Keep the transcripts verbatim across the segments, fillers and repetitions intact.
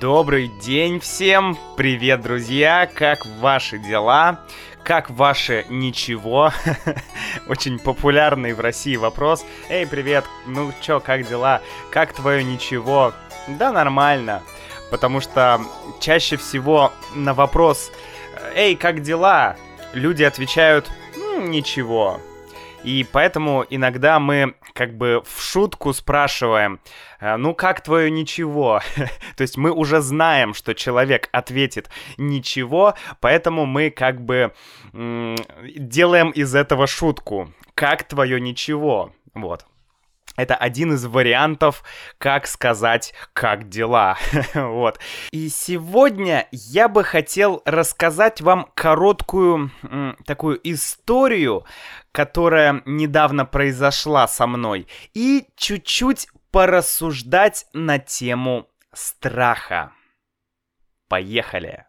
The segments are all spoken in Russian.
Добрый день всем! Привет, друзья! Как ваши дела? Как ваше ничего? Очень популярный в России вопрос. Эй, привет! Ну чё, как дела? Как твое ничего? Да нормально. Потому что чаще всего на вопрос «Эй, как дела?» люди отвечают «М, ничего». И поэтому иногда мы как бы в шутку спрашиваем, ну как твое ничего? То есть мы уже знаем, что человек ответит ничего, поэтому мы как бы м- делаем из этого шутку. Как твое ничего? Вот. Это один из вариантов, как сказать, как дела. Вот. И сегодня я бы хотел рассказать вам короткую м, такую историю, которая недавно произошла со мной, и чуть-чуть порассуждать на тему страха. Поехали!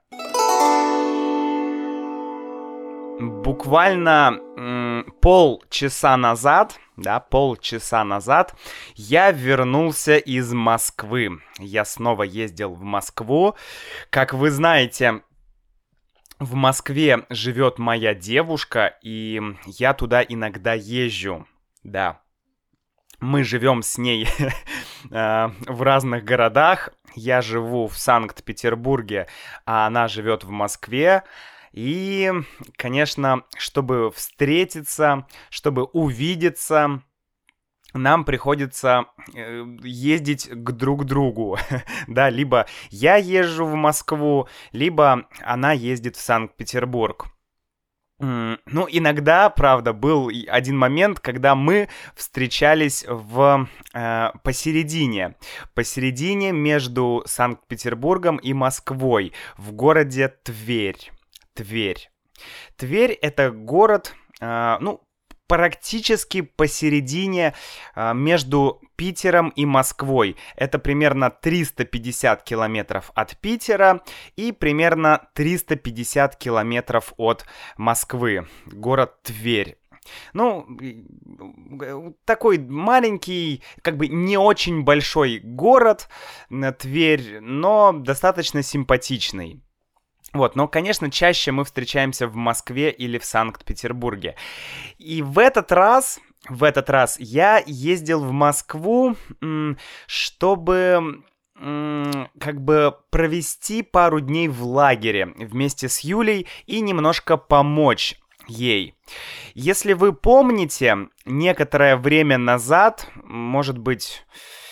Буквально м, полчаса назад, да, полчаса назад я вернулся из Москвы. Я снова ездил в Москву. Как вы знаете, в Москве живет моя девушка, и я туда иногда езжу, да. Мы живем с ней в разных городах. Я живу в Санкт-Петербурге, а она живет в Москве. И, конечно, чтобы встретиться, чтобы увидеться, нам приходится э, ездить к друг другу, да, либо я езжу в Москву, либо она ездит в Санкт-Петербург. Mm, ну, иногда, правда, был один момент, когда мы встречались в, э, посередине, посередине между Санкт-Петербургом и Москвой, в городе Тверь. Тверь. Тверь — это город, э, ну, практически посередине э, между Питером и Москвой. Это примерно триста пятьдесят километров от Питера и примерно триста пятьдесят километров от Москвы. Город Тверь. Ну, такой маленький, как бы не очень большой город, Тверь, но достаточно симпатичный. Вот, но, конечно, чаще мы встречаемся в Москве или в Санкт-Петербурге. И в этот раз, в этот раз я ездил в Москву, чтобы как бы провести пару дней в лагере вместе с Юлей и немножко помочь ей. Если вы помните, некоторое время назад, может быть...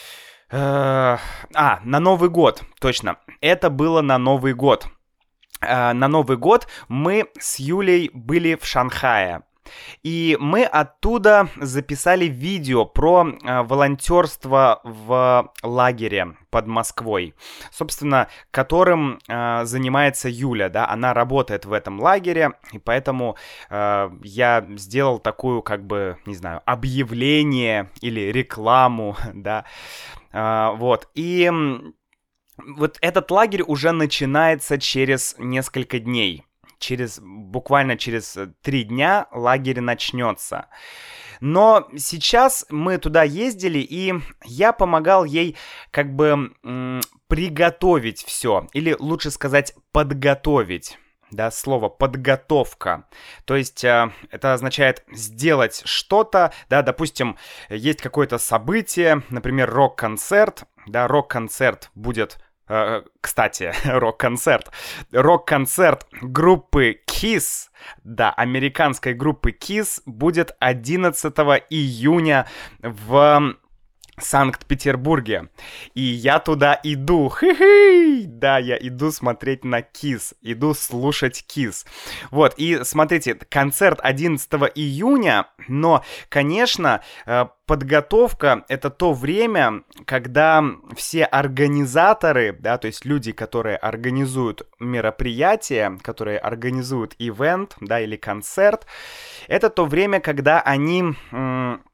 Э, а, на Новый год, точно, это было на Новый год. На Новый год мы с Юлей были в Шанхае. И мы оттуда записали видео про э, волонтерство в лагере под Москвой, собственно, которым э, занимается Юля, да, она работает в этом лагере, и поэтому э, я сделал такую, как бы, не знаю, объявление или рекламу, да, э, вот, и... Вот этот лагерь уже начинается через несколько дней. Через, буквально через три дня лагерь начнется. Но сейчас мы туда ездили, и я помогал ей как бы м- приготовить все. Или лучше сказать, подготовить. Да, слово подготовка. То есть э, это означает сделать что-то, да, допустим, есть какое-то событие, например, рок-концерт, да, рок-концерт будет, э, кстати, рок-концерт, рок-концерт группы Kiss, да, американской группы Kiss будет одиннадцатого июня в Санкт-Петербурге. И я туда иду. Хи-хи! Да, я иду смотреть на Kiss. Иду слушать Kiss. Вот, и смотрите, концерт одиннадцатого июня, но, конечно, подготовка — это то время, когда все организаторы, да, то есть люди, которые организуют мероприятие, которые организуют ивент, да, или концерт, это то время, когда они... М-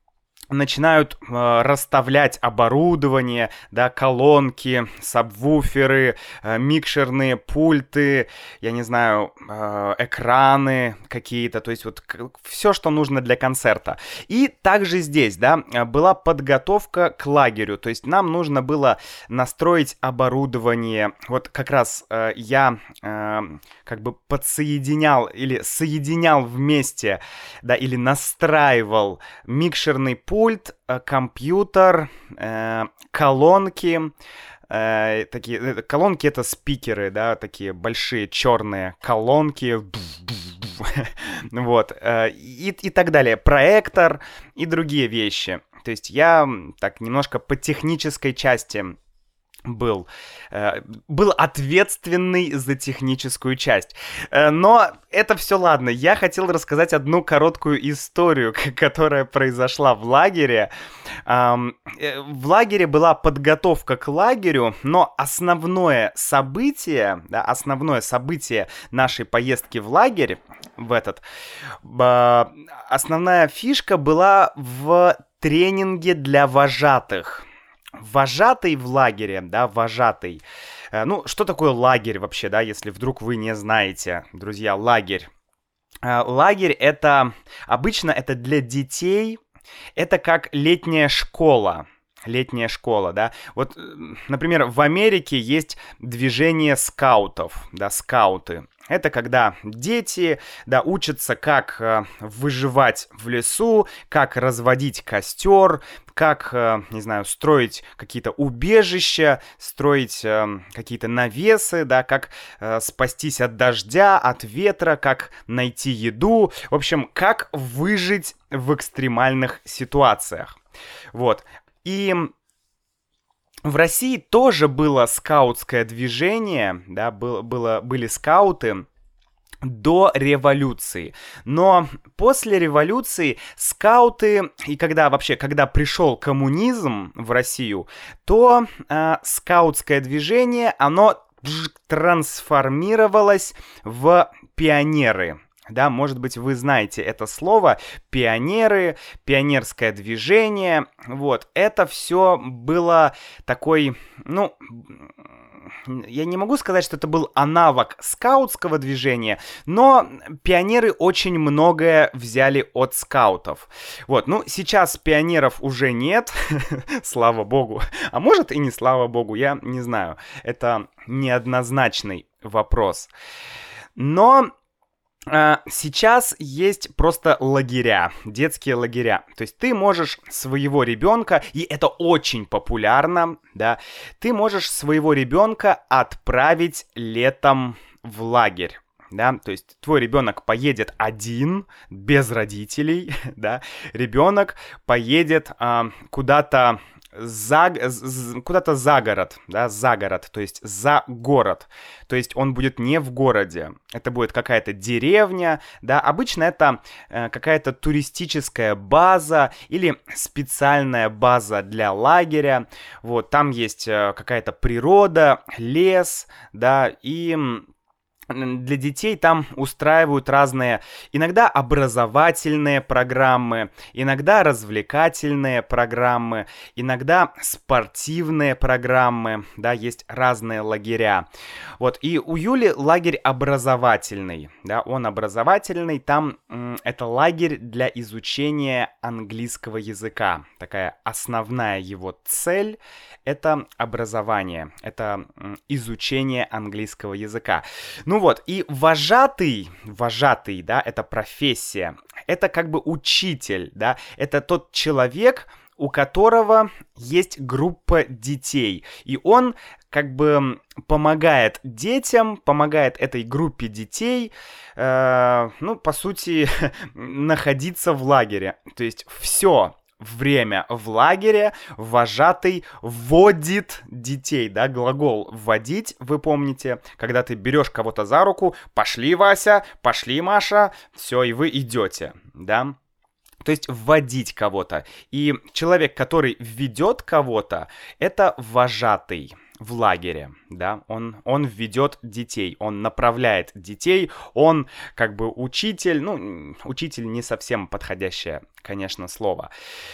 начинают э, расставлять оборудование, да, колонки, сабвуферы, э, микшерные пульты, я не знаю, э, экраны какие-то, то есть вот все, что нужно для концерта. И также здесь, да, была подготовка к лагерю, то есть нам нужно было настроить оборудование. Вот как раз э, я э, как бы подсоединял или соединял вместе, да, или настраивал микшерный пульт, пульт, компьютер, э, колонки, э, такие колонки — это спикеры, да, такие большие черные колонки, вот, э, и, и так далее, проектор и другие вещи. То есть я так немножко по технической части был, э, был ответственный за техническую часть. Э, но это все ладно. Я хотел рассказать одну короткую историю, которая произошла в лагере. Эм, э, в лагере была подготовка к лагерю, но основное событие, да, основное событие нашей поездки в лагерь, в этот, э, основная фишка была в тренинге для вожатых. Вожатый в лагере, да, вожатый. Э, ну, что такое лагерь вообще, да, если вдруг вы не знаете, друзья, лагерь. Э, лагерь — это, обычно это для детей, это как летняя школа. Летняя школа, да. Вот, например, в Америке есть движение скаутов, да, скауты. Это когда дети, да, учатся, как э, выживать в лесу, как разводить костер, как, э, не знаю, строить какие-то убежища, строить э, какие-то навесы, да, как э, спастись от дождя, от ветра, как найти еду. В общем, как выжить в экстремальных ситуациях. Вот. И в России тоже было скаутское движение, да, было, было, были скауты до революции. Но после революции скауты, и когда вообще, когда пришел коммунизм в Россию, то э, скаутское движение, оно трансформировалось в пионеры. Да, может быть, вы знаете это слово, пионеры, пионерское движение, вот, это все было такой, ну, я не могу сказать, что это был аналог скаутского движения, но пионеры очень многое взяли от скаутов. Вот, ну, сейчас пионеров уже нет, слава богу, а может и не слава богу, я не знаю, это неоднозначный вопрос. Но сейчас есть просто лагеря, детские лагеря. То есть ты можешь своего ребенка, и это очень популярно, да, ты можешь своего ребенка отправить летом в лагерь. Да, то есть твой ребенок поедет один, без родителей, да, ребенок поедет а, куда-то за, куда-то за город, да, за город, то есть за город, то есть он будет не в городе, это будет какая-то деревня, да, обычно это э, какая-то туристическая база или специальная база для лагеря, вот, там есть э, какая-то природа, лес, да, и для детей там устраивают разные, иногда образовательные программы, иногда развлекательные программы, иногда спортивные программы, да, есть разные лагеря. Вот, и у Юли лагерь образовательный, да, он образовательный, там м, это лагерь для изучения английского языка. Такая основная его цель — это образование, это м, изучение английского языка. Ну вот, и вожатый, вожатый, да, это профессия, это как бы учитель, да, это тот человек, у которого есть группа детей, и он как бы помогает детям, помогает этой группе детей, э, ну, по сути, находиться в лагере, то есть все время в лагере вожатый вводит детей, да, глагол «вводить», вы помните, когда ты берешь кого-то за руку, пошли, Вася, пошли, Маша, все, и вы идете, да. То есть вводить кого-то. И человек, который ведет кого-то, это вожатый в лагере, да, он, он ведет детей, он направляет детей, он как бы учитель, ну, учитель не совсем подходящее, конечно, слово.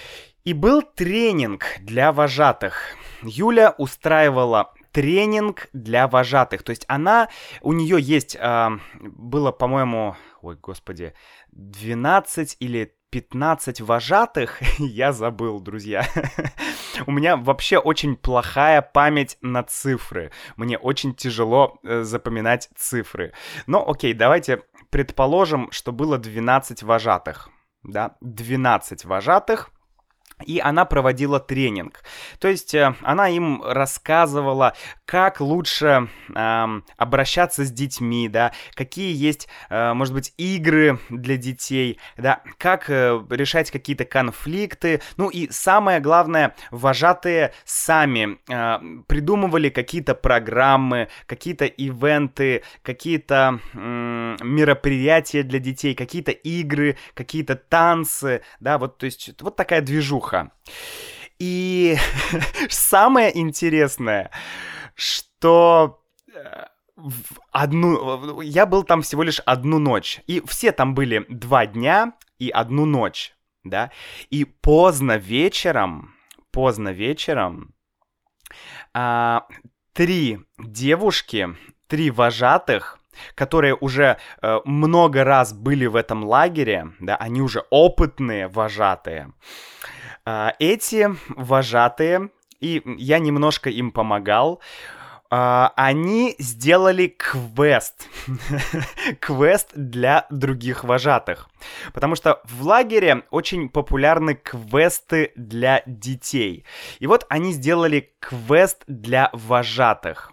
И был тренинг для вожатых. Юля устраивала тренинг для вожатых. То есть она, у нее есть, э, было, по-моему, ой, господи, двенадцать или пятнадцать вожатых, я забыл, друзья. У меня вообще очень плохая память на цифры. Мне очень тяжело э, запоминать цифры. Но окей, давайте предположим, что было двенадцать вожатых. Да, двенадцать вожатых. И она проводила тренинг. То есть э, она им рассказывала, как лучше э, обращаться с детьми, да, какие есть, э, может быть, игры для детей, да, как э, решать какие-то конфликты. Ну и самое главное, вожатые сами э, придумывали какие-то программы, какие-то ивенты, какие-то э, мероприятия для детей, какие-то игры, какие-то танцы, да, вот, то есть вот такая движуха. И самое интересное, что в одну... я был там всего лишь одну ночь, и все там были два дня и одну ночь, да, и поздно вечером, поздно вечером а, три девушки, три вожатых, которые уже э, много раз были в этом лагере, да, они уже опытные вожатые. Э, эти вожатые, и я немножко им помогал, э, они сделали квест. Квест для других вожатых. Потому что в лагере очень популярны квесты для детей. И вот они сделали квест для вожатых.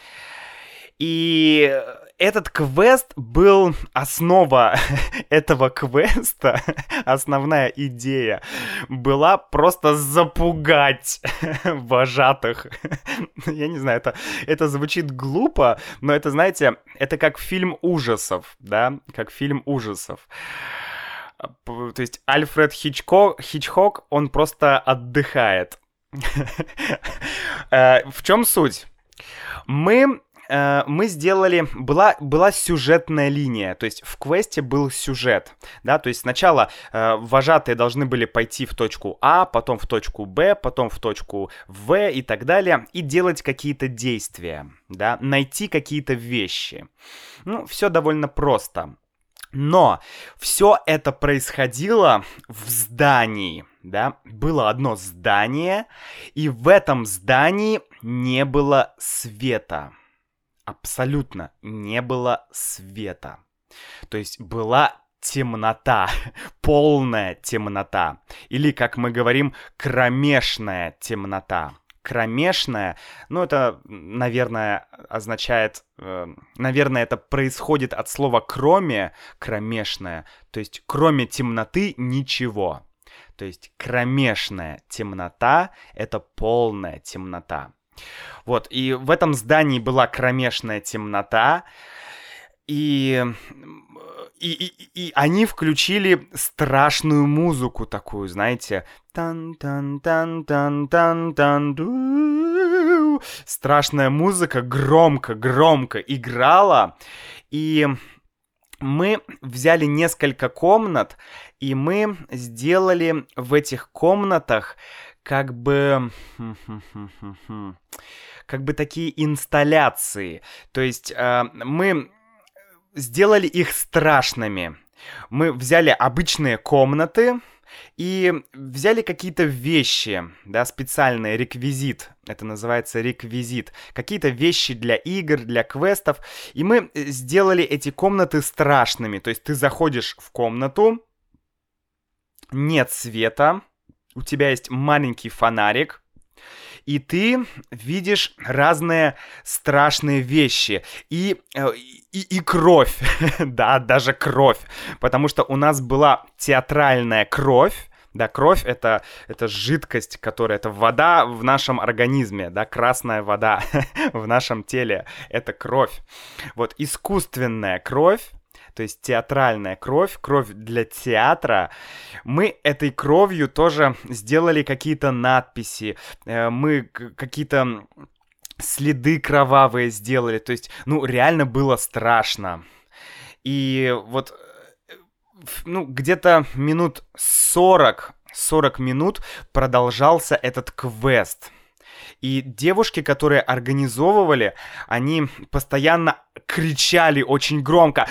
И этот квест был основа этого квеста, основная идея была просто запугать вожатых. Я не знаю, это, это звучит глупо, но это, знаете, это как фильм ужасов, да, как фильм ужасов. То есть Альфред Хичкок, Хичкок, он просто отдыхает. В чем суть? Мы... мы сделали, была, была сюжетная линия, то есть в квесте был сюжет, да, то есть сначала э, вожатые должны были пойти в точку А, потом в точку Б, потом в точку В и так далее, и делать какие-то действия, да, найти какие-то вещи. Ну, все довольно просто. Но все это происходило в здании, да, было одно здание, и в этом здании не было света. Абсолютно не было света. То есть была темнота, полная темнота. Или, как мы говорим, кромешная темнота. Кромешная, ну это, наверное, означает, э, наверное, это происходит от слова кроме, кромешная. То есть кроме темноты ничего. То есть кромешная темнота — это полная темнота. Вот, и в этом здании была кромешная темнота, и, и, и, и они включили страшную музыку такую, знаете, тан-тан-тан-тан-тан-тан-ду. Страшная музыка громко-громко играла, и мы взяли несколько комнат, и мы сделали в этих комнатах как бы, как бы такие инсталляции. То есть э, мы сделали их страшными. Мы взяли обычные комнаты и взяли какие-то вещи, да, специальный реквизит. Это называется реквизит. Какие-то вещи для игр, для квестов. И мы сделали эти комнаты страшными. То есть ты заходишь в комнату, нет света, у тебя есть маленький фонарик, и ты видишь разные страшные вещи. И, и, и кровь. Да, даже кровь. Потому что у нас была театральная кровь. Да, кровь это, это жидкость, которая... Это вода в нашем организме. Да, красная вода в нашем теле. Это кровь. Вот искусственная кровь. То есть театральная кровь, кровь для театра. Мы этой кровью тоже сделали какие-то надписи, мы какие-то следы кровавые сделали. То есть, ну, реально было страшно. И вот, ну, где-то минут сорок сорок минут продолжался этот квест. И девушки, которые организовывали, они постоянно кричали очень громко.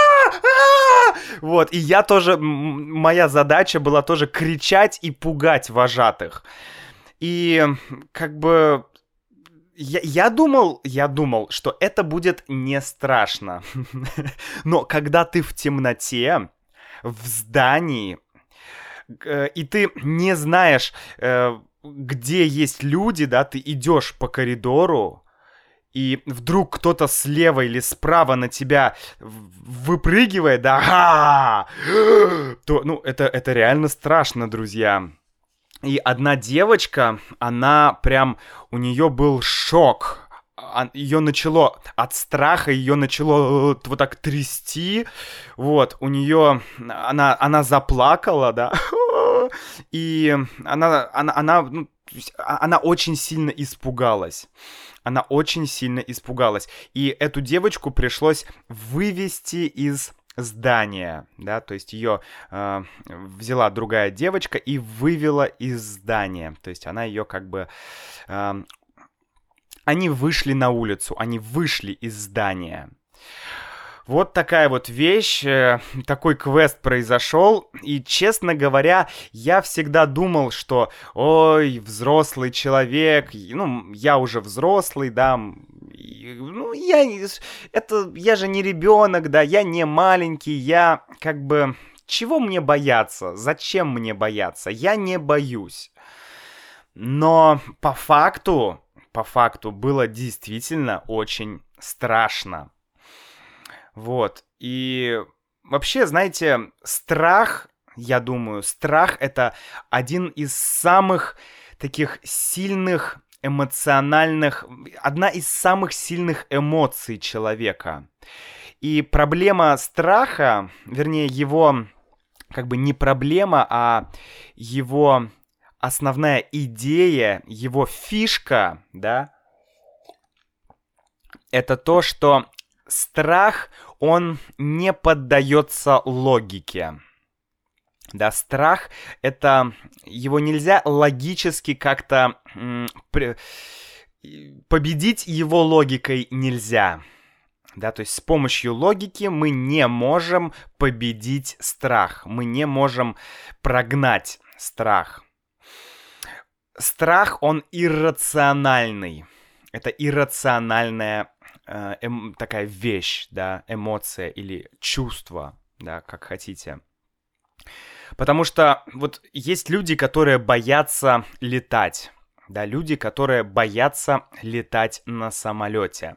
Вот, и я тоже, моя задача была тоже кричать и пугать вожатых. И как бы я, я думал, я думал, что это будет не страшно. Но когда ты в темноте, в здании, и ты не знаешь, где есть люди, да, ты идешь по коридору, и вдруг кто-то слева или справа на тебя выпрыгивает, да, то, ну, это, это реально страшно, друзья. И одна девочка, она прям, у нее был шок. Ее начало, от страха ее начало вот так трясти. Вот, у нее, она, она заплакала, да. И она, она, она, ну, она очень сильно испугалась. Она очень сильно испугалась. И эту девочку пришлось вывести из здания, да, то есть ее э, взяла другая девочка и вывела из здания. То есть она ее как бы... Э, они вышли на улицу, они вышли из здания. Вот такая вот вещь, такой квест произошел, и, честно говоря, я всегда думал, что, ой, взрослый человек, ну, я уже взрослый, да, ну, я, это, я же не ребенок, да, я не маленький, я, как бы, чего мне бояться, зачем мне бояться, я не боюсь. Но по факту, по факту было действительно очень страшно. Вот, и вообще, знаете, страх, я думаю, страх — это один из самых таких сильных эмоциональных, одна из самых сильных эмоций человека. И проблема страха, вернее, его, как бы не проблема, а его основная идея, его фишка, да, это то, что страх, он не поддается логике. Да, страх — это... Его нельзя логически как-то... М- при, победить его логикой нельзя. Да, то есть с помощью логики мы не можем победить страх. Мы не можем прогнать страх. Страх, он иррациональный. Это иррациональная Эм, такая вещь, да, эмоция или чувство, да, как хотите. Потому что вот есть люди, которые боятся летать, да, люди, которые боятся летать на самолете.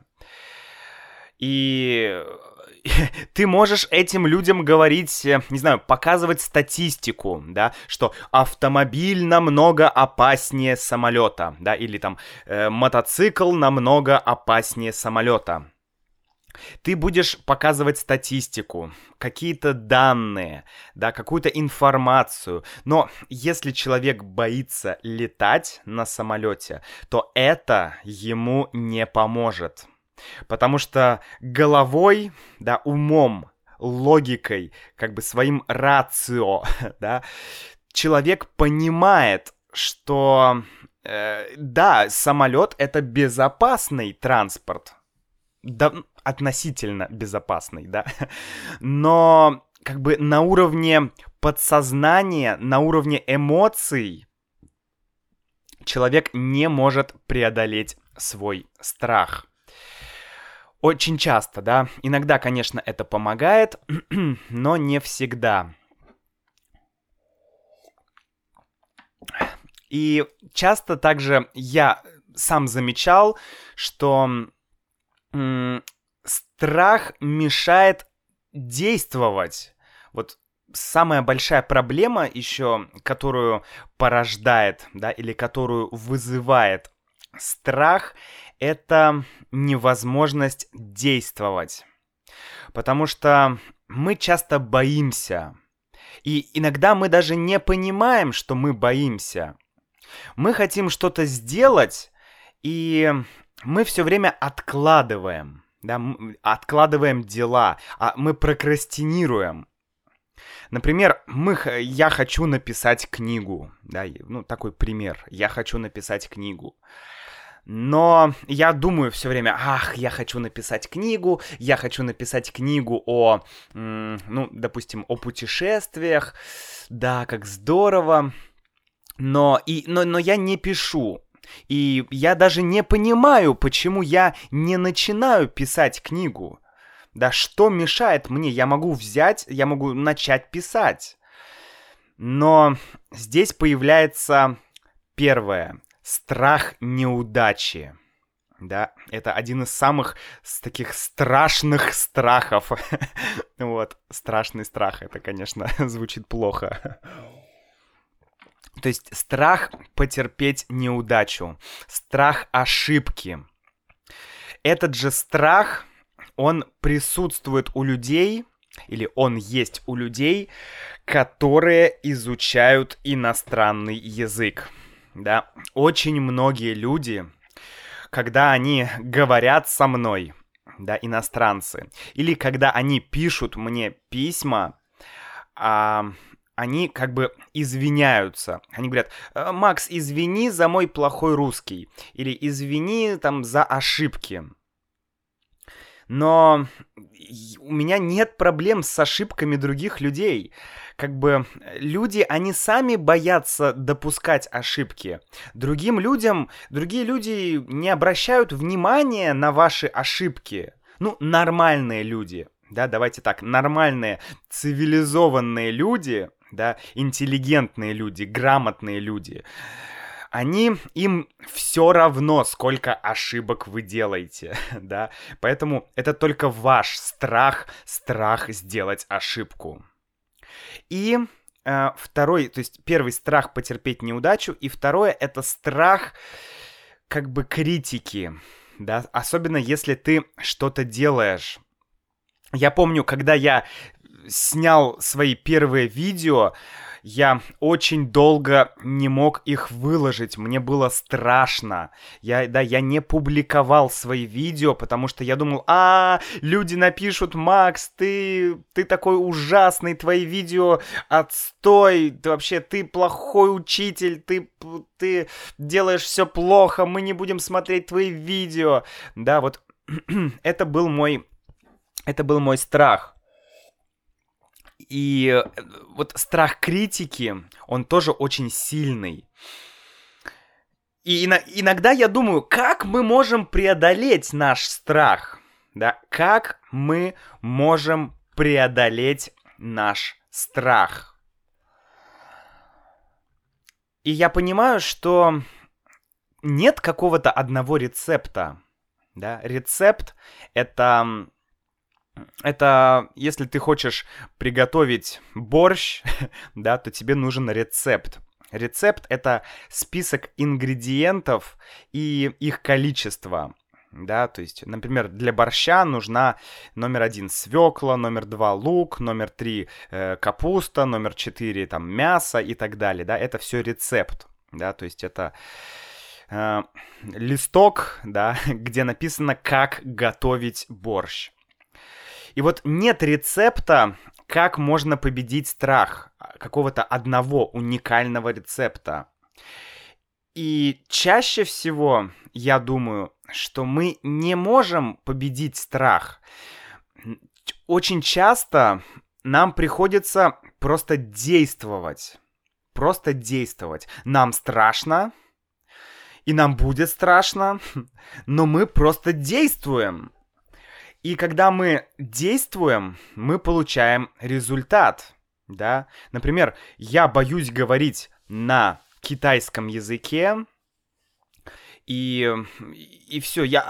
И ты можешь этим людям говорить, не знаю, показывать статистику, да, что автомобиль намного опаснее самолета, да, или там э, мотоцикл намного опаснее самолета. Ты будешь показывать статистику, какие-то данные, да, какую-то информацию. Но если человек боится летать на самолете, то это ему не поможет. Потому что головой, да, умом, логикой, как бы своим рацио, да, человек понимает, что, э, да, самолет — это безопасный транспорт, да, относительно безопасный, да, но как бы на уровне подсознания, на уровне эмоций человек не может преодолеть свой страх. Очень часто, да. Иногда, конечно, это помогает, но не всегда. И часто также я сам замечал, что м- страх мешает действовать. Вот самая большая проблема еще, которую порождает, да, или которую вызывает страх, это невозможность действовать. Потому что мы часто боимся. И иногда мы даже не понимаем, что мы боимся. Мы хотим что-то сделать, и мы все время откладываем. Да, откладываем дела, а мы прокрастинируем. Например, мы, х- я хочу написать книгу, да, и, ну, такой пример. Я хочу написать книгу. Но я думаю все время, ах, я хочу написать книгу, я хочу написать книгу о, м, ну, допустим, о путешествиях, да, как здорово, но, и, но, но я не пишу. И я даже не понимаю, почему я не начинаю писать книгу. Да что мешает мне? Я могу взять, я могу начать писать. Но здесь появляется первое. Страх неудачи. Да, это один из самых с таких страшных страхов. Вот, страшный страх, это, конечно, звучит плохо. То есть страх потерпеть неудачу, страх ошибки. Этот же страх, он присутствует у людей, или он есть у людей, которые изучают иностранный язык. Да, очень многие люди, когда они говорят со мной, да, иностранцы, или когда они пишут мне письма, а, они как бы извиняются. Они говорят: «Э, Макс, извини за мой плохой русский», или «извини там за ошибки». Но и- у меня нет проблем с ошибками других людей. Как бы э, люди, они сами боятся допускать ошибки. Другим людям, другие люди не обращают внимания на ваши ошибки. Ну, нормальные люди, да, давайте так, нормальные, цивилизованные люди, да, интеллигентные люди, грамотные люди, они, им все равно, сколько ошибок вы делаете, да, поэтому это только ваш страх, страх сделать ошибку. И э, второй, то есть первый страх потерпеть неудачу, и второе это страх как бы критики, да, особенно если ты что-то делаешь. Я помню, когда я снял свои первые видео, я очень долго не мог их выложить, мне было страшно. Я, да, я не публиковал свои видео, потому что я думал, а, люди напишут: Макс, ты, ты такой ужасный, твои видео отстой, ты вообще, ты плохой учитель, ты, ты делаешь все плохо, мы не будем смотреть твои видео. Да, вот это был мой, это был мой страх. И вот страх критики, он тоже очень сильный. И иногда я думаю, как мы можем преодолеть наш страх? Да? Как мы можем преодолеть наш страх? И я понимаю, что нет какого-то одного рецепта. Да? Рецепт — это... Это если ты хочешь приготовить борщ, да, то тебе нужен рецепт. Рецепт — это список ингредиентов и их количество. Да, то есть, например, для борща нужна номер один свекла, номер два лук, номер три э, капуста, номер четыре там мясо и так далее. Да, это все рецепт. Да, то есть это э, листок, да, где написано, как готовить борщ. И вот нет рецепта, как можно победить страх, какого-то одного уникального рецепта. И чаще всего я думаю, что мы не можем победить страх. Очень часто нам приходится просто действовать. Просто действовать. Нам страшно, и нам будет страшно, но мы просто действуем. И когда мы действуем, мы получаем результат, да. Например, я боюсь говорить на китайском языке, и, и все, я...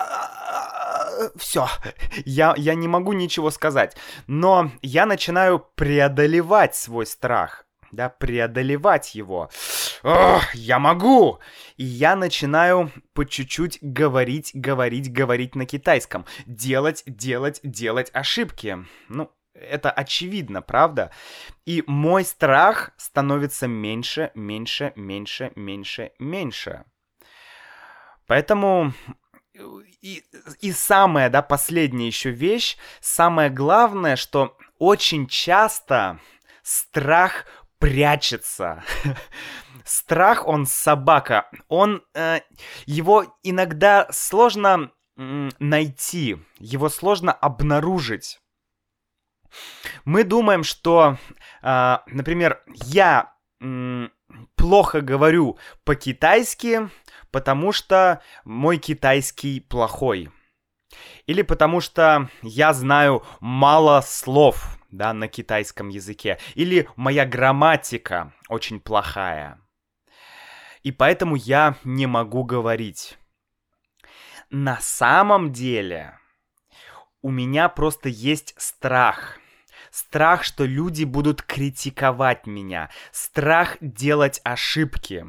Все, я, я не могу ничего сказать. Но я начинаю преодолевать свой страх, да, преодолевать его. Ох, я могу! И я начинаю по чуть-чуть говорить, говорить, говорить на китайском. Делать, делать, делать ошибки. Ну, это очевидно, правда? И мой страх становится меньше, меньше, меньше, меньше, меньше. Поэтому... И, и самая, да, последняя еще вещь, самое главное, что очень часто страх прячется. Страх, он собака. Он, э, его иногда сложно э, найти, его сложно обнаружить. Мы думаем, что, э, например, я э, плохо говорю по-китайски, потому что мой китайский плохой. Или потому что я знаю мало слов, да, на китайском языке. Или моя грамматика очень плохая. И поэтому я не могу говорить. На самом деле у меня просто есть страх. Страх, что люди будут критиковать меня. Страх делать ошибки.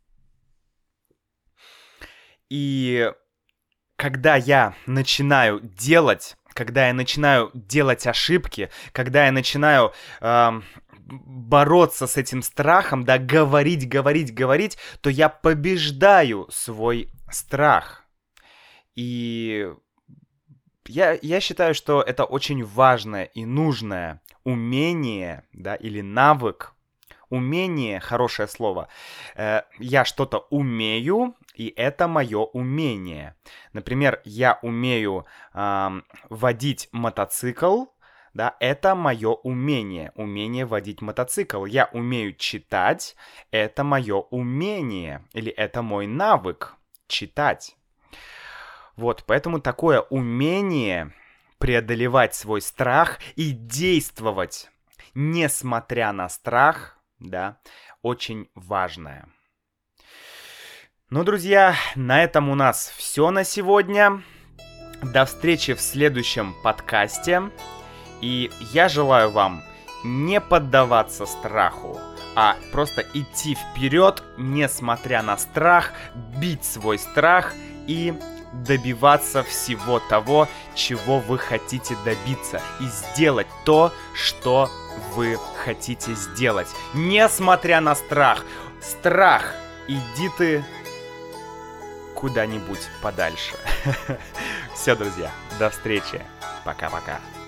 И когда я начинаю делать, когда я начинаю делать ошибки, когда я начинаю э, бороться с этим страхом, да, говорить, говорить, говорить, то я побеждаю свой страх. И я, я считаю, что это очень важное и нужное умение, да, или навык. Умение, хорошее слово. Э, я что-то умею, и это мое умение. Например, я умею э, водить мотоцикл, да, это мое умение, умение водить мотоцикл. Я умею читать, это мое умение, или это мой навык читать. Вот, поэтому такое умение преодолевать свой страх и действовать, несмотря на страх, да, очень важное. Ну, друзья, на этом у нас все на сегодня. До встречи в следующем подкасте. И я желаю вам не поддаваться страху, а просто идти вперед, несмотря на страх, бить свой страх и добиваться всего того, чего вы хотите добиться, и сделать то, что вы хотите сделать, несмотря на страх. Страх, иди ты куда-нибудь подальше. Все, друзья, до встречи. Пока-пока.